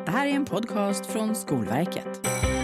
Det här är en podcast från Skolverket.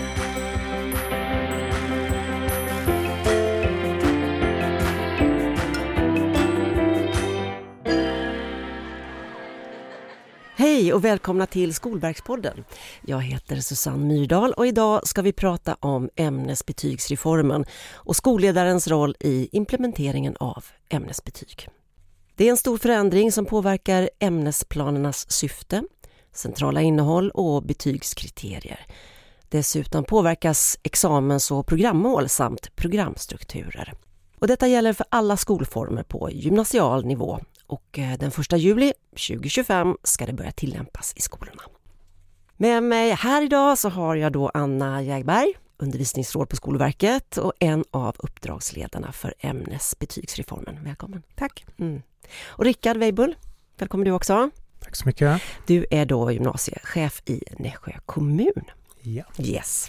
Hej och välkomna till Skolverkspodden. Jag heter Susanne Myrdal och idag ska vi prata om ämnesbetygsreformen och skolledarens roll i implementeringen av ämnesbetyg. Det är en stor förändring som påverkar ämnesplanernas syfte, centrala innehåll och betygskriterier. Dessutom påverkas examens- och programmål samt programstrukturer. Och detta gäller för alla skolformer på gymnasial nivå. Och den 1 juli 2025 ska det börja tillämpas i skolorna. Med mig här idag så har jag då Anna Jägberg, undervisningsråd på Skolverket och en av uppdragsledarna för ämnesbetygsreformen. Välkommen. Tack. Och Rickard Weibull, välkommen du också. Tack så mycket. Du är då gymnasiechef i Nässjö kommun. Ja. Yes.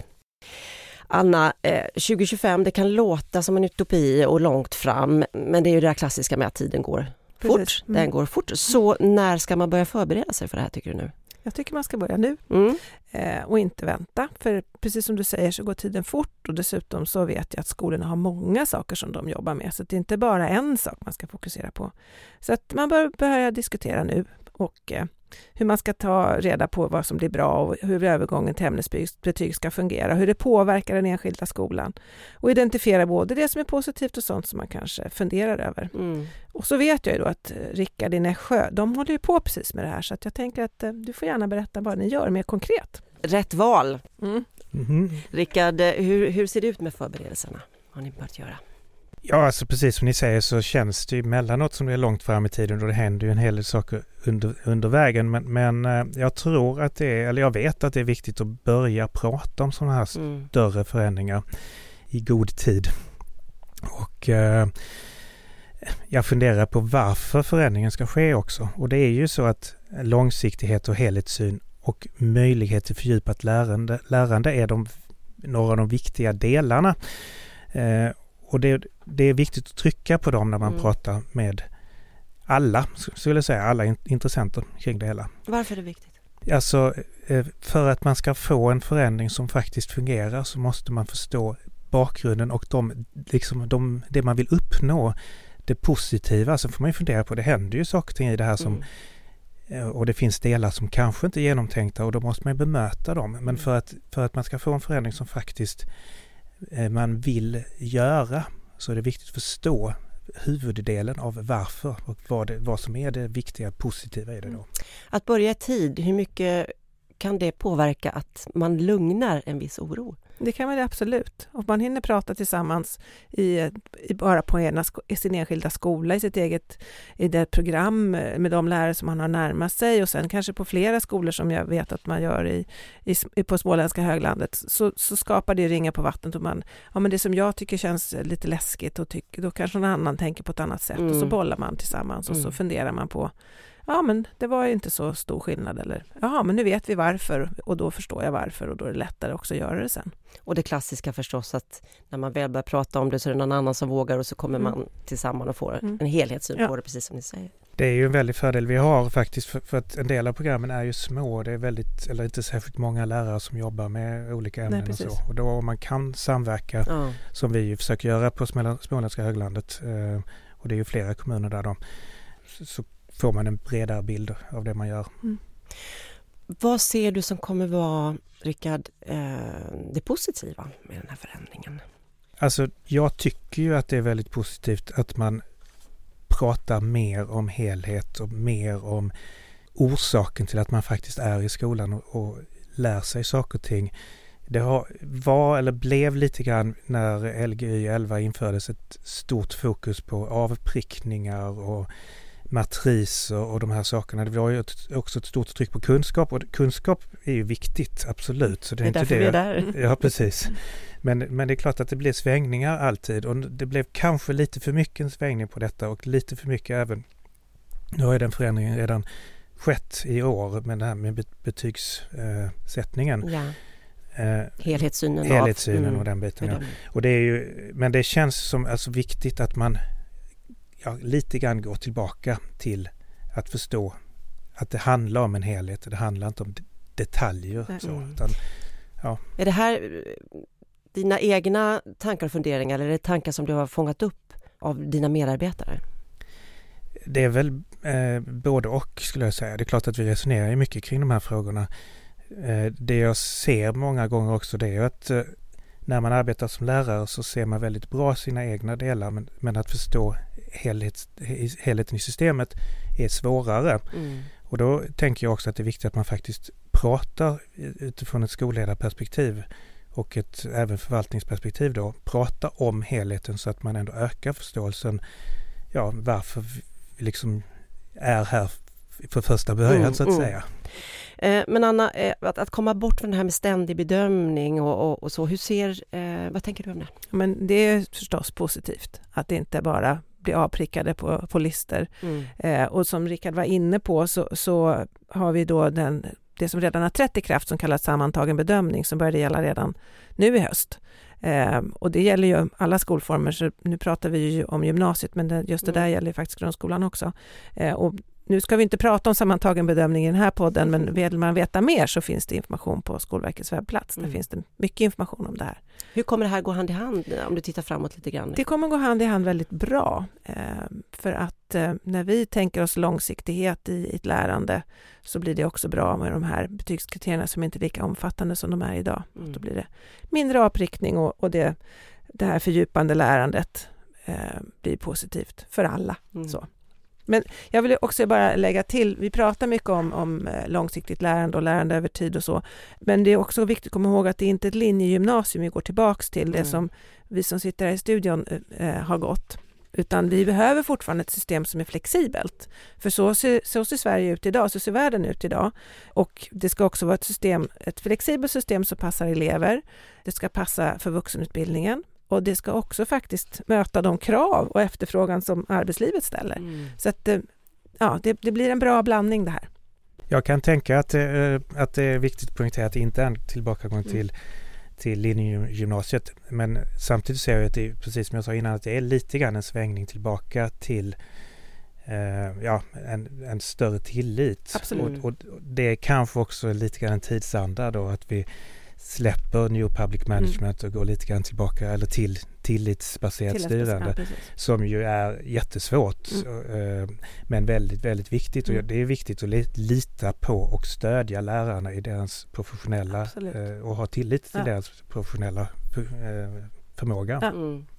Anna, 2025, det kan låta som en utopi och långt fram, men det är ju det klassiska med att tiden går fort. Den går fort. Så när ska man börja förbereda sig för det här, tycker du nu? Jag tycker man ska börja nu och inte vänta. För precis som du säger så går tiden fort och dessutom så vet jag att skolorna har många saker som de jobbar med. Så det är inte bara en sak man ska fokusera på. Så att man bör börja diskutera nu och hur man ska ta reda på vad som blir bra och hur övergången till ämnesbetyg ska fungera, hur det påverkar den enskilda skolan och identifiera både det som är positivt och sånt som man kanske funderar över. Och så vet jag ju då att Rickard i Nässjö, de håller ju på precis med det här så att jag tänker att du får gärna berätta vad ni gör mer konkret. Rätt val. Rickard, hur ser det ut med förberedelserna? Har ni börjat göra? Ja, alltså precis som ni säger så känns det ju emellanåt som det är långt fram i tiden och det händer ju en hel del saker under vägen. Men jag tror att jag vet att det är viktigt att börja prata om sådana här större förändringar i god tid. Och jag funderar på varför förändringen ska ske också. Och det är ju så att långsiktighet och helhetssyn och möjlighet till fördjupat lärande är några av de viktiga delarna. Och det är viktigt att trycka på dem när man pratar med alla, skulle jag säga, alla intressenter kring det hela. Varför är det viktigt? Alltså, för att man ska få en förändring som faktiskt fungerar så måste man förstå bakgrunden och det man vill uppnå, det positiva. Så får man ju fundera på, det händer ju saker i det här som och det finns delar som kanske inte är genomtänkta och då måste man bemöta dem. Men för att man ska få en förändring som faktiskt man vill göra så är det viktigt att förstå huvuddelen av varför och vad som är det viktiga positiva i det då. Att börja i tid, hur mycket kan det påverka att man lugnar en viss oro? Det kan man absolut. Och man hinner prata tillsammans bara på sin enskilda skola, i det program med de lärare som man har närmat sig och sen kanske på flera skolor som jag vet att man gör på Småländska höglandet så skapar det ringar på vattnet och men det som jag tycker känns lite läskigt och då kanske någon annan tänker på ett annat sätt och så bollar man tillsammans och så funderar man på men det var ju inte så stor skillnad eller men nu vet vi varför och då förstår jag varför och då är det lättare också att göra det sen. Och det klassiska förstås att när man väl börjar prata om det så är det någon annan som vågar och så kommer man tillsammans och får en helhetssyn på det, precis som ni säger. Det är ju en väldig fördel vi har faktiskt för att en del av programmen är ju små. Det är inte särskilt många lärare som jobbar med olika ämnen. Nej, och så. Och då om man kan samverka som vi ju försöker göra på Småländska höglandet och det är ju flera kommuner där så får man en bredare bild av det man gör. Vad ser du som kommer vara, Rickard, det positiva med den här förändringen? Alltså, jag tycker ju att det är väldigt positivt att man pratar mer om helhet och mer om orsaken till att man faktiskt är i skolan och lär sig saker och ting. Det blev lite grann när Lgy 11 infördes ett stort fokus på avprickningar och matriser och de här sakerna. Det var ju också ett stort tryck på kunskap och kunskap är ju viktigt, absolut. Så det är inte därför vi är där. Ja, precis. Men det är klart att det blir svängningar alltid och det blev kanske lite för mycket en svängning på detta och lite för mycket även. Nu har ju den förändringen redan skett i år med det här med betygssättningen. Helhetssynen och den biten. Ja. Och det är ju, men det känns som alltså viktigt att man lite grann går tillbaka till att förstå att det handlar om en helhet. Det handlar inte om detaljer. Utan, ja. Är det här dina egna tankar och funderingar eller är det tankar som du har fångat upp av dina medarbetare? Det är väl både och skulle jag säga. Det är klart att vi resonerar mycket kring de här frågorna. Det jag ser många gånger också det är att när man arbetar som lärare så ser man väldigt bra sina egna delar men att förstå helheten i systemet är svårare. Och då tänker jag också att det är viktigt att man faktiskt pratar utifrån ett skolledarperspektiv och ett även förvaltningsperspektiv då, prata om helheten så att man ändå ökar förståelsen varför vi liksom är här för första början så att säga. Men Anna, att komma bort från det här med ständig bedömning och så, vad tänker du om det? Men det är förstås positivt att det inte bara blir avprickade på lister. Och som Rickard var inne på så har vi då det som redan har trätt i kraft som kallas sammantagen bedömning som började gälla redan nu i höst. Och det gäller ju alla skolformer, så nu pratar vi ju om gymnasiet men just det där gäller ju faktiskt grundskolan också. Och nu ska vi inte prata om sammantagen bedömning i den här podden, men vill man veta mer så finns det information på Skolverkets webbplats. Där finns det mycket information om det här. Hur kommer det här gå hand i hand om du tittar framåt lite grann? Det kommer gå hand i hand väldigt bra. För att när vi tänker oss långsiktighet i ett lärande så blir det också bra med de här betygskriterierna som inte är lika omfattande som de är idag. Då blir det mindre avprickning och det här fördjupande lärandet blir positivt för alla. Så. Men jag vill också bara lägga till, vi pratar mycket om långsiktigt lärande och lärande över tid och så. Men det är också viktigt att komma ihåg att det inte är ett linjegymnasium vi går tillbaks till, det som vi som sitter här i studion har gått. Utan vi behöver fortfarande ett system som är flexibelt. För så ser Sverige ut idag, så ser världen ut idag. Och det ska också vara ett flexibelt system som passar elever. Det ska passa för vuxenutbildningen. Och det ska också faktiskt möta de krav och efterfrågan som arbetslivet ställer. Så att det blir en bra blandning det här. Jag kan tänka att det är viktigt att poängtera att det inte är en tillbakagång till linjegymnasiet. Men samtidigt ser jag att det, precis som jag sa innan, att det är lite grann en svängning tillbaka till en större tillit. Absolut. Och det är kanske också lite grann en tidsanda då att vi släpper New Public Management och går lite grann tillbaka eller till tillitsbaserat styrande som ju är jättesvårt men väldigt, väldigt viktigt. Och det är viktigt att lita på och stödja lärarna i deras professionella och ha tillit till deras professionella förmåga.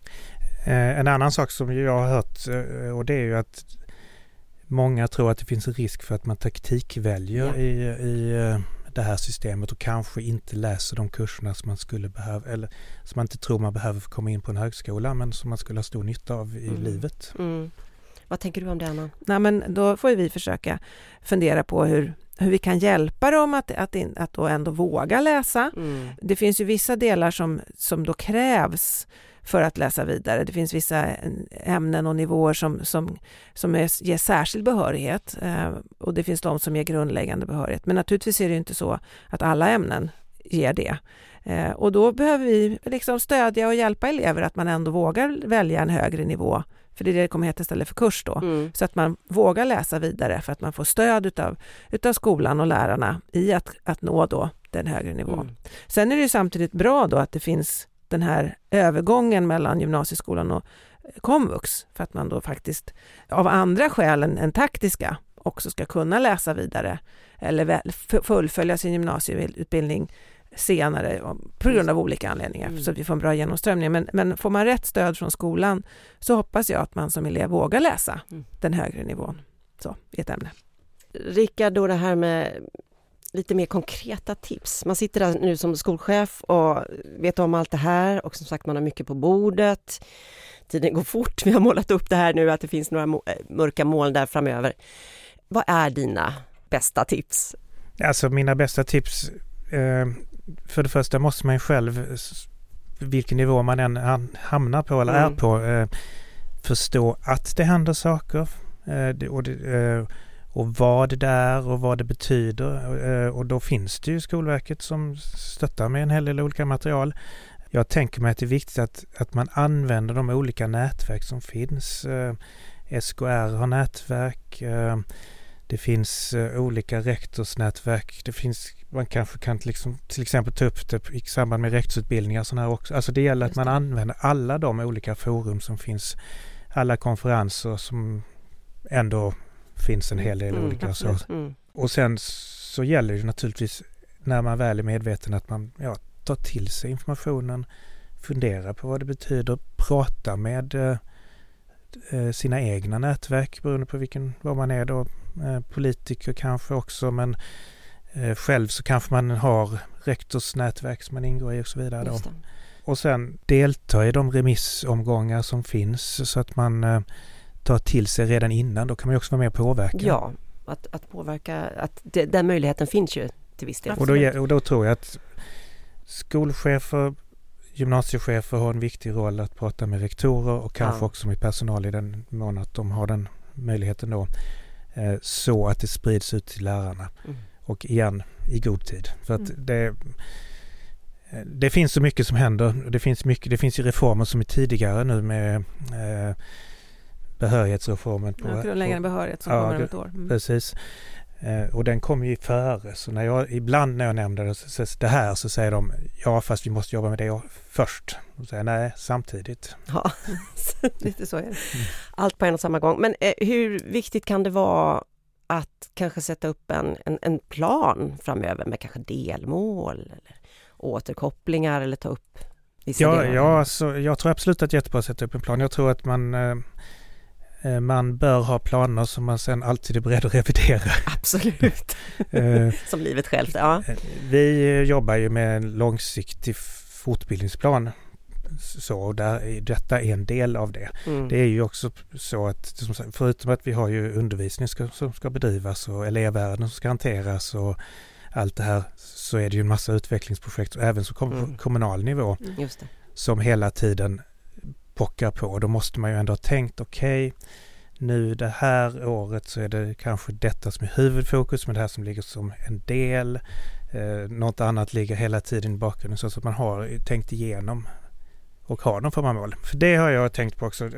En annan sak som jag har hört och det är ju att många tror att det finns en risk för att man taktikväljer i det här systemet och kanske inte läser de kurserna som man skulle behöva eller som man inte tror man behöver för att komma in på en högskola men som man skulle ha stor nytta av i livet. Vad tänker du om det, Anna? Nej, men då får vi försöka fundera på hur vi kan hjälpa dem att då ändå våga läsa. Det finns ju vissa delar som då krävs för att läsa vidare. Det finns vissa ämnen och nivåer som ger särskild behörighet och det finns de som ger grundläggande behörighet. Men naturligtvis är det inte så att alla ämnen ger det. Och då behöver vi liksom stödja och hjälpa elever att man ändå vågar välja en högre nivå. För det är det kommer heta istället för kurs då. Så att man vågar läsa vidare för att man får stöd utav skolan och lärarna i att nå då den högre nivån. Sen är det ju samtidigt bra då att det finns den här övergången mellan gymnasieskolan och komvux för att man då faktiskt av andra skäl än taktiska också ska kunna läsa vidare eller fullfölja sin gymnasieutbildning senare på grund av olika anledningar så att vi får en bra genomströmning. Men får man rätt stöd från skolan så hoppas jag att man som elev vågar läsa den högre nivån i ett ämne. Rickard, då det här med lite mer konkreta tips. Man sitter där nu som skolchef och vet om allt det här och som sagt man har mycket på bordet. Tiden går fort. Vi har målat upp det här nu att det finns några mörka moln där framöver. Vad är dina bästa tips? Alltså mina bästa tips för det första måste man ju själv vilken nivå man än hamnar på eller är på förstå att det händer saker och vad det är och vad det betyder och då finns det ju Skolverket som stöttar med en hel del olika material. Jag tänker mig att det är viktigt att man använder de olika nätverk som finns. SKR har nätverk, Det finns olika rektorsnätverk. Man kanske kan till exempel ta upp det i samband med rektorsutbildningar. Såna här också. Alltså det gäller att man använder alla de olika forum som finns. Alla konferenser som ändå finns en hel del olika. Och sen så gäller det naturligtvis när man väl är medveten att man tar till sig informationen, funderar på vad det betyder, prata med sina egna nätverk beroende på vad man är då, politiker kanske också, men själv så kanske man har rektorsnätverk som man ingår i och så vidare. Då. Och sen delta i de remissomgångar som finns så att man tar till sig redan innan. Då kan man ju också vara med och påverka. Ja, att påverka, den möjligheten finns ju till viss del. Och då tror jag att skolchefer, gymnasiechefer har en viktig roll att prata med rektorer och kanske också med personal i den mån att de har den möjligheten då. Så att det sprids ut till lärarna. Och igen, i god tid. För att det finns så mycket som händer. Det finns ju reformer som är tidigare nu med behörighetsreformen. Grundläggande behörighet som kommer om ett år. Precis. Och den kom ju före. Så ibland när jag nämnde det här så säger de fast vi måste jobba med det först. Och säger nej, samtidigt. Ja, lite så är det. Allt på en och samma gång. Men hur viktigt kan det vara att kanske sätta upp en plan framöver med kanske delmål eller återkopplingar eller ta upp vissa delar? Så jag tror absolut att det är jättebra att sätta upp en plan. Jag tror att man bör ha planer som man sen alltid är beredd att revidera. Absolut. Som livet självt, ja. Vi jobbar ju med en långsiktig fortbildningsplan. Så detta är en del av det. Det är ju också så att förutom att vi har ju undervisning som ska bedrivas och elevvärden som ska hanteras och allt det här, så är det ju en massa utvecklingsprojekt även på kommunal nivå Just det. Som hela tiden pockar på. Då måste man ju ändå ha tänkt nu det här året så är det kanske detta som är huvudfokus, men det här som ligger som en del. Något annat ligger hela tiden i bakgrunden så att man har tänkt igenom och har någon form av mål. För det har jag tänkt på också.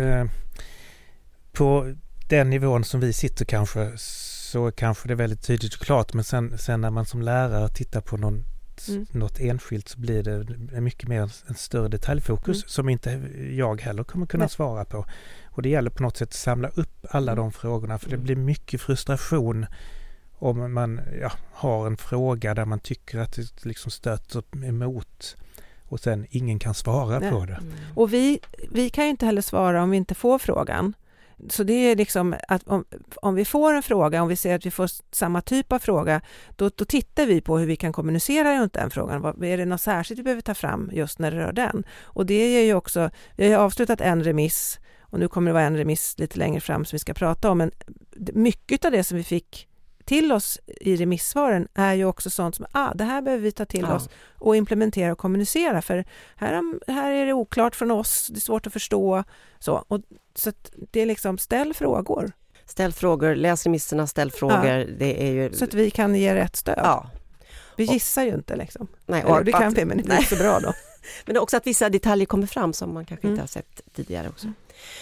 På den nivån som vi sitter kanske så kanske det är väldigt tydligt och klart, men sen när man som lärare tittar på något enskilt så blir det mycket mer en större detaljfokus som inte jag heller kommer kunna svara på. Och det gäller på något sätt att samla upp alla de frågorna, för det blir mycket frustration om man har en fråga där man tycker att det liksom stöter emot och sen ingen kan svara på det. Och vi kan ju inte heller svara om vi inte får frågan. Så det är liksom att om vi får en fråga, om vi ser att vi får samma typ av fråga, då tittar vi på hur vi kan kommunicera runt den frågan. Är det något särskilt vi behöver ta fram just när det rör den? Och det är ju också, vi har ju avslutat en remiss och nu kommer det vara en remiss lite längre fram som vi ska prata om. Men mycket av det som vi fick till oss i remissvaren är ju också sånt som det här behöver vi ta till oss och implementera och kommunicera, för här är det oklart från oss, det är svårt att förstå så att det är liksom ställ frågor, läs remisserna, ställ frågor, det är ju så att vi kan ge rätt stöd. Vi gissar ju inte liksom. Nej, och det kan vi, men det är inte så bra då. Men det är också att vissa detaljer kommer fram som man kanske inte har sett tidigare också.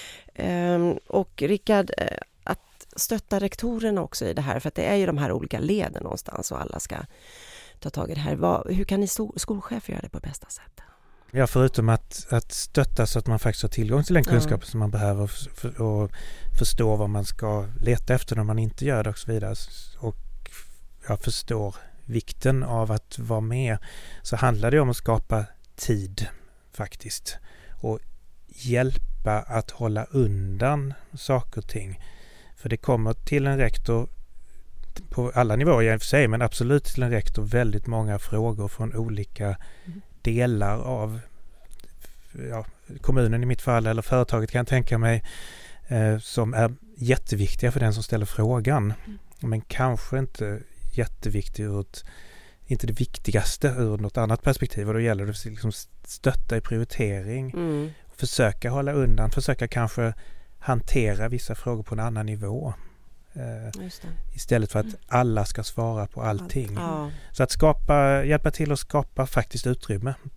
Och Rickard, stötta rektorerna också i det här, för att det är ju de här olika leden någonstans och alla ska ta tag i det här. Hur kan ni skolchefer göra det på bästa sätt? Ja, förutom att stötta så att man faktiskt har tillgång till den kunskap som man behöver och förstå vad man ska leta efter när man inte gör det och så vidare, och jag förstår vikten av att vara med, så handlar det om att skapa tid faktiskt och hjälpa att hålla undan saker och ting. För det kommer till en rektor på alla nivåer i och för sig, men absolut till en rektor väldigt många frågor från olika delar av kommunen i mitt fall, eller företaget kan jag tänka mig, som är jätteviktiga för den som ställer frågan. Men kanske inte jätteviktig inte det viktigaste ur något annat perspektiv, och då gäller det att liksom stötta i prioritering, försöka hålla undan, försöka kanske hantera vissa frågor på en annan nivå. Istället för att alla ska svara på allting. Så att hjälpa till att skapa faktiskt utrymme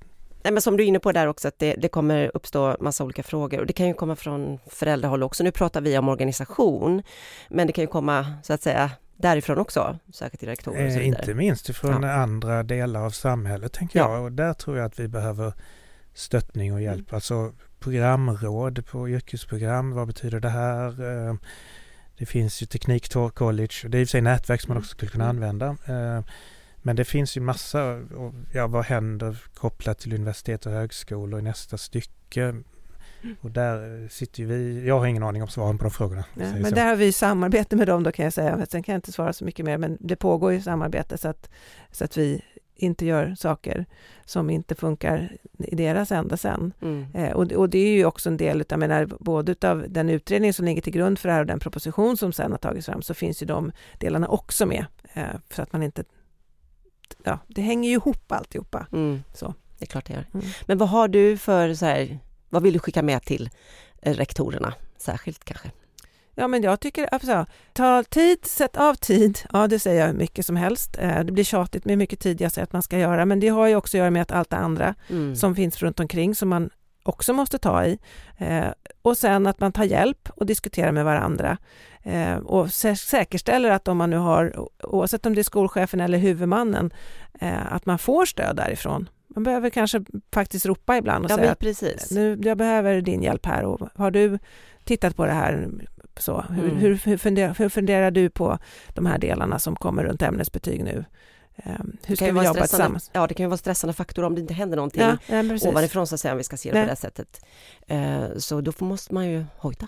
Nej, men som du är inne på där också, att det kommer uppstå massa olika frågor. Och det kan ju komma från föräldrahåll också. Nu pratar vi om organisation, men det kan ju komma så att säga därifrån också, säkert till rektorer och så vidare. Inte minst från andra delar av samhället, tänker jag. Och där tror jag att vi behöver stöttning och hjälp. Alltså programråd på yrkesprogram, vad betyder det här? Det finns ju teknikcollege, det är i och för sig nätverk som man också skulle kunna använda. Men det finns ju massa, vad händer kopplat till universitet och högskolor i nästa stycke? Och där sitter ju vi, jag har ingen aning om svaren på de frågorna. Ja, men där har vi samarbete med dem då, kan jag säga. Sen kan jag inte svara så mycket mer, men det pågår ju samarbete så att vi inte gör saker som inte funkar i deras ända sen. Och det är ju också en del både av den utredning som ligger till grund för det här och den proposition som sen har tagits fram, så finns ju de delarna också med. För att man inte... Ja, det hänger ju ihop alltihopa. Så. Det är klart det gör. Men vad har du för vad vill du skicka med till rektorerna särskilt kanske? Ja, men jag tycker ta tid, sätt av tid. Ja, det säger jag mycket som helst. Det blir tjatigt med mycket tid jag säger att man ska göra, men det har ju också att göra med att allt det andra som finns runt omkring som man också måste ta i. Och sen att man tar hjälp och diskuterar med varandra. Och säkerställer att om man nu har, oavsett om det är skolchefen eller huvudmannen, att man får stöd därifrån. Man behöver kanske faktiskt ropa ibland och säga att nu, jag behöver din hjälp här, och har du tittat på det här? Så, hur funderar du på de här delarna som kommer runt ämnesbetyg nu? Hur ska vi jobba tillsammans? Ja, det kan ju vara stressande faktor om det inte händer någonting ovanifrån, så att säga, om vi ska se det på det sättet. Så då måste man ju hojta.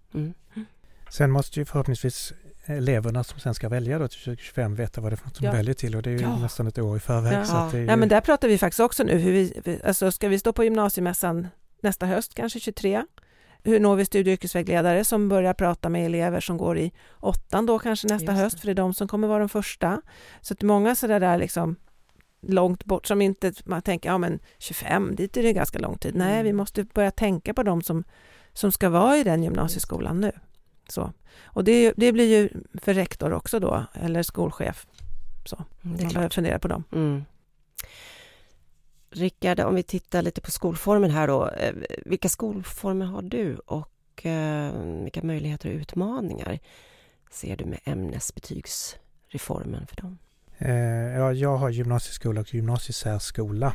Sen måste ju förhoppningsvis eleverna som sen ska välja då till 2025 veta vad det är för något de väljer till, och det är ju nästan ett år i förväg. Så att det är ju... men där pratar vi faktiskt också nu. Ska vi stå på gymnasiemässan nästa höst, kanske 23? Hur når vi studie- och yrkesvägledare som börjar prata med elever som går i 8 då kanske nästa höst, för det är de som kommer vara de första. Så att många sådär där liksom långt bort som inte, man tänker, men 25, dit är det ganska lång tid. Nej, vi måste börja tänka på de som ska vara i den gymnasieskolan nu. Så. Och det blir ju för rektor också då, eller skolchef. Så man behöver fundera på dem. Rickard, om vi tittar lite på skolformen här då. Vilka skolformer har du och vilka möjligheter och utmaningar ser du med ämnesbetygsreformen för dem? Jag har gymnasieskola och gymnasiesärskola.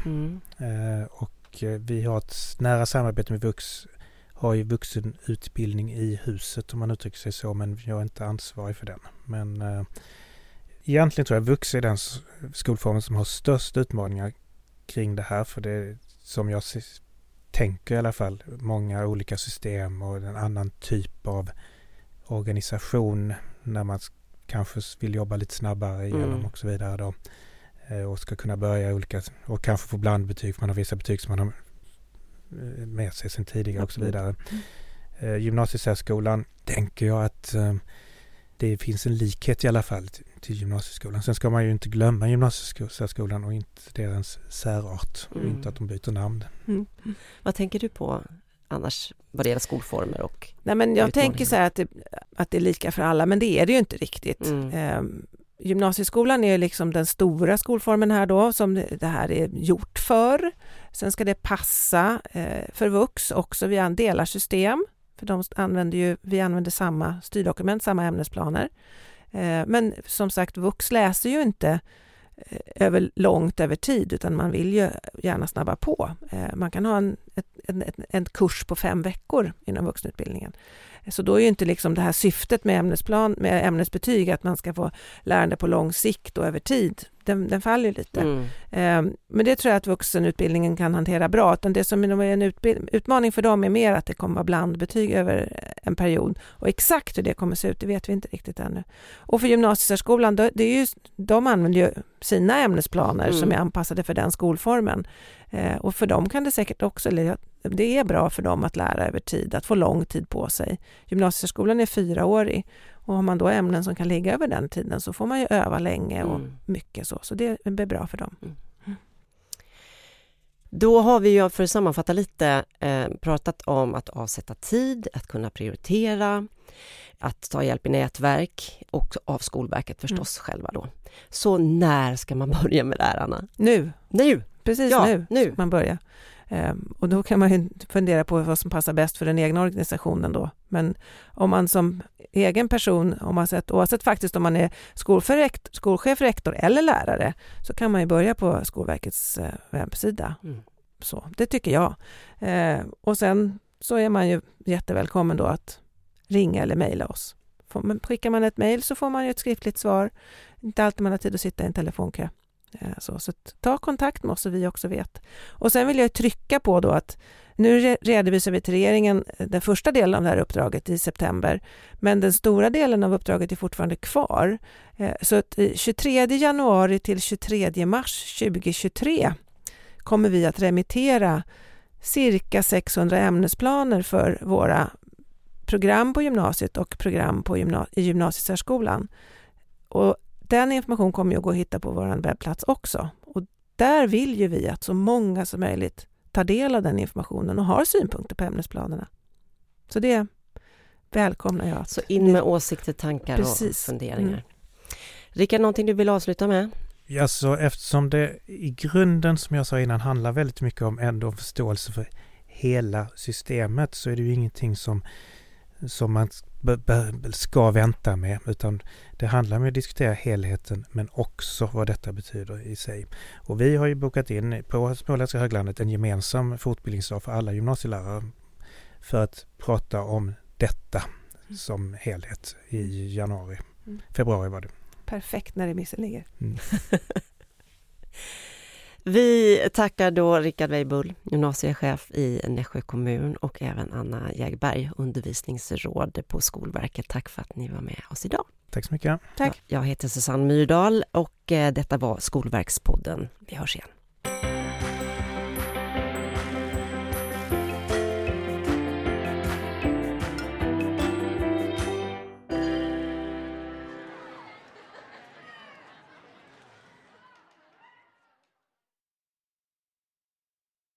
Och vi har ett nära samarbete med Vux. Har ju vuxenutbildning i huset, om man uttrycker sig så, men jag är inte ansvarig för den. Men egentligen tror jag Vux är den skolformen som har störst utmaningar kring det här, för det är, som jag tänker i alla fall, många olika system och en annan typ av organisation när man kanske vill jobba lite snabbare igenom och så vidare då, och ska kunna börja olika, och kanske få blandbetyg, för man har vissa betyg som man har med sig sedan tidigare och så vidare. Gymnasiesärskolan tänker jag att det finns en likhet i alla fall till gymnasieskolan. Sen ska man ju inte glömma gymnasiesärskolan och inte deras särart och inte att de byter namn. Vad tänker du på annars vad det gäller skolformer och... Nej, men jag tänker så här att det är lika för alla, men det är det ju inte riktigt. Gymnasieskolan är liksom den stora skolformen här då, som det här är gjort för. Sen ska det passa för Vux också via en delarsystem. För vi använder samma styrdokument, samma ämnesplaner. Men som sagt, Vux läser ju inte långt över tid, utan man vill ju gärna snabba på. Man kan ha en kurs på 5 veckor inom vuxenutbildningen. Så då är ju inte liksom det här syftet med ämnesbetyg att man ska få lärande på lång sikt och över tid. Den faller ju lite. Men det tror jag att vuxenutbildningen kan hantera bra. Utan det som är en utmaning för dem är mer att det kommer vara blandbetyg över en period. Och exakt hur det kommer se ut, det vet vi inte riktigt ännu. Och för gymnasiesärskolan, de använder ju sina ämnesplaner som är anpassade för den skolformen. Och för dem kan det säkert också, det är bra för dem att lära över tid, att få lång tid på sig. Gymnasieskolan är 4-årig, och har man då ämnen som kan ligga över den tiden så får man ju öva länge och mycket så det blir bra för dem. Då har vi ju, för att sammanfatta lite, pratat om att avsätta tid, att kunna prioritera, att ta hjälp i nätverk och av Skolverket förstås själva då. Så när ska man börja med lärarna? Nu. precis nu man börjar. Och då kan man ju fundera på vad som passar bäst för den egna organisationen då. Men om man som egen person, oavsett faktiskt om man är skolchef, rektor eller lärare, så kan man ju börja på Skolverkets webbsida. Så, det tycker jag. Och sen så är man ju jättevälkommen då att ringa eller mejla oss. Skickar man ett mejl så får man ju ett skriftligt svar. Inte alltid man har tid att sitta i en telefonkö. Så ta kontakt med oss så vi också vet. Och sen vill jag trycka på då att nu redovisar vi till regeringen den första delen av det här uppdraget i september. Men den stora delen av uppdraget är fortfarande kvar. Så att 23 januari till 23 mars 2023 kommer vi att remittera cirka 600 ämnesplaner för våra program på gymnasiet och program i gymnasiesärskolan. Och den information kommer ju att gå att hitta på vår webbplats också. Och där vill ju vi att så många som möjligt tar del av den informationen och har synpunkter på ämnesplanerna. Så det välkomnar jag. Så in med åsikter, tankar och funderingar. Rickard, någonting du vill avsluta med? Ja, så eftersom det i grunden, som jag sa innan, handlar väldigt mycket om ändå förståelse för hela systemet, så är det ju ingenting som man ska vänta med, utan det handlar om att diskutera helheten men också vad detta betyder i sig. Och vi har ju bokat in på Småländska höglandet en gemensam fortbildningsdag för alla gymnasielärare för att prata om detta som helhet i februari var det. Perfekt när remissen ligger. Vi tackar då Rickard Weibull, gymnasiechef i Nässjö kommun, och även Anna Jägberg, undervisningsråd på Skolverket. Tack för att ni var med oss idag. Tack så mycket. Tack. Jag heter Susanne Myrdal och detta var Skolverkspodden. Vi hörs igen.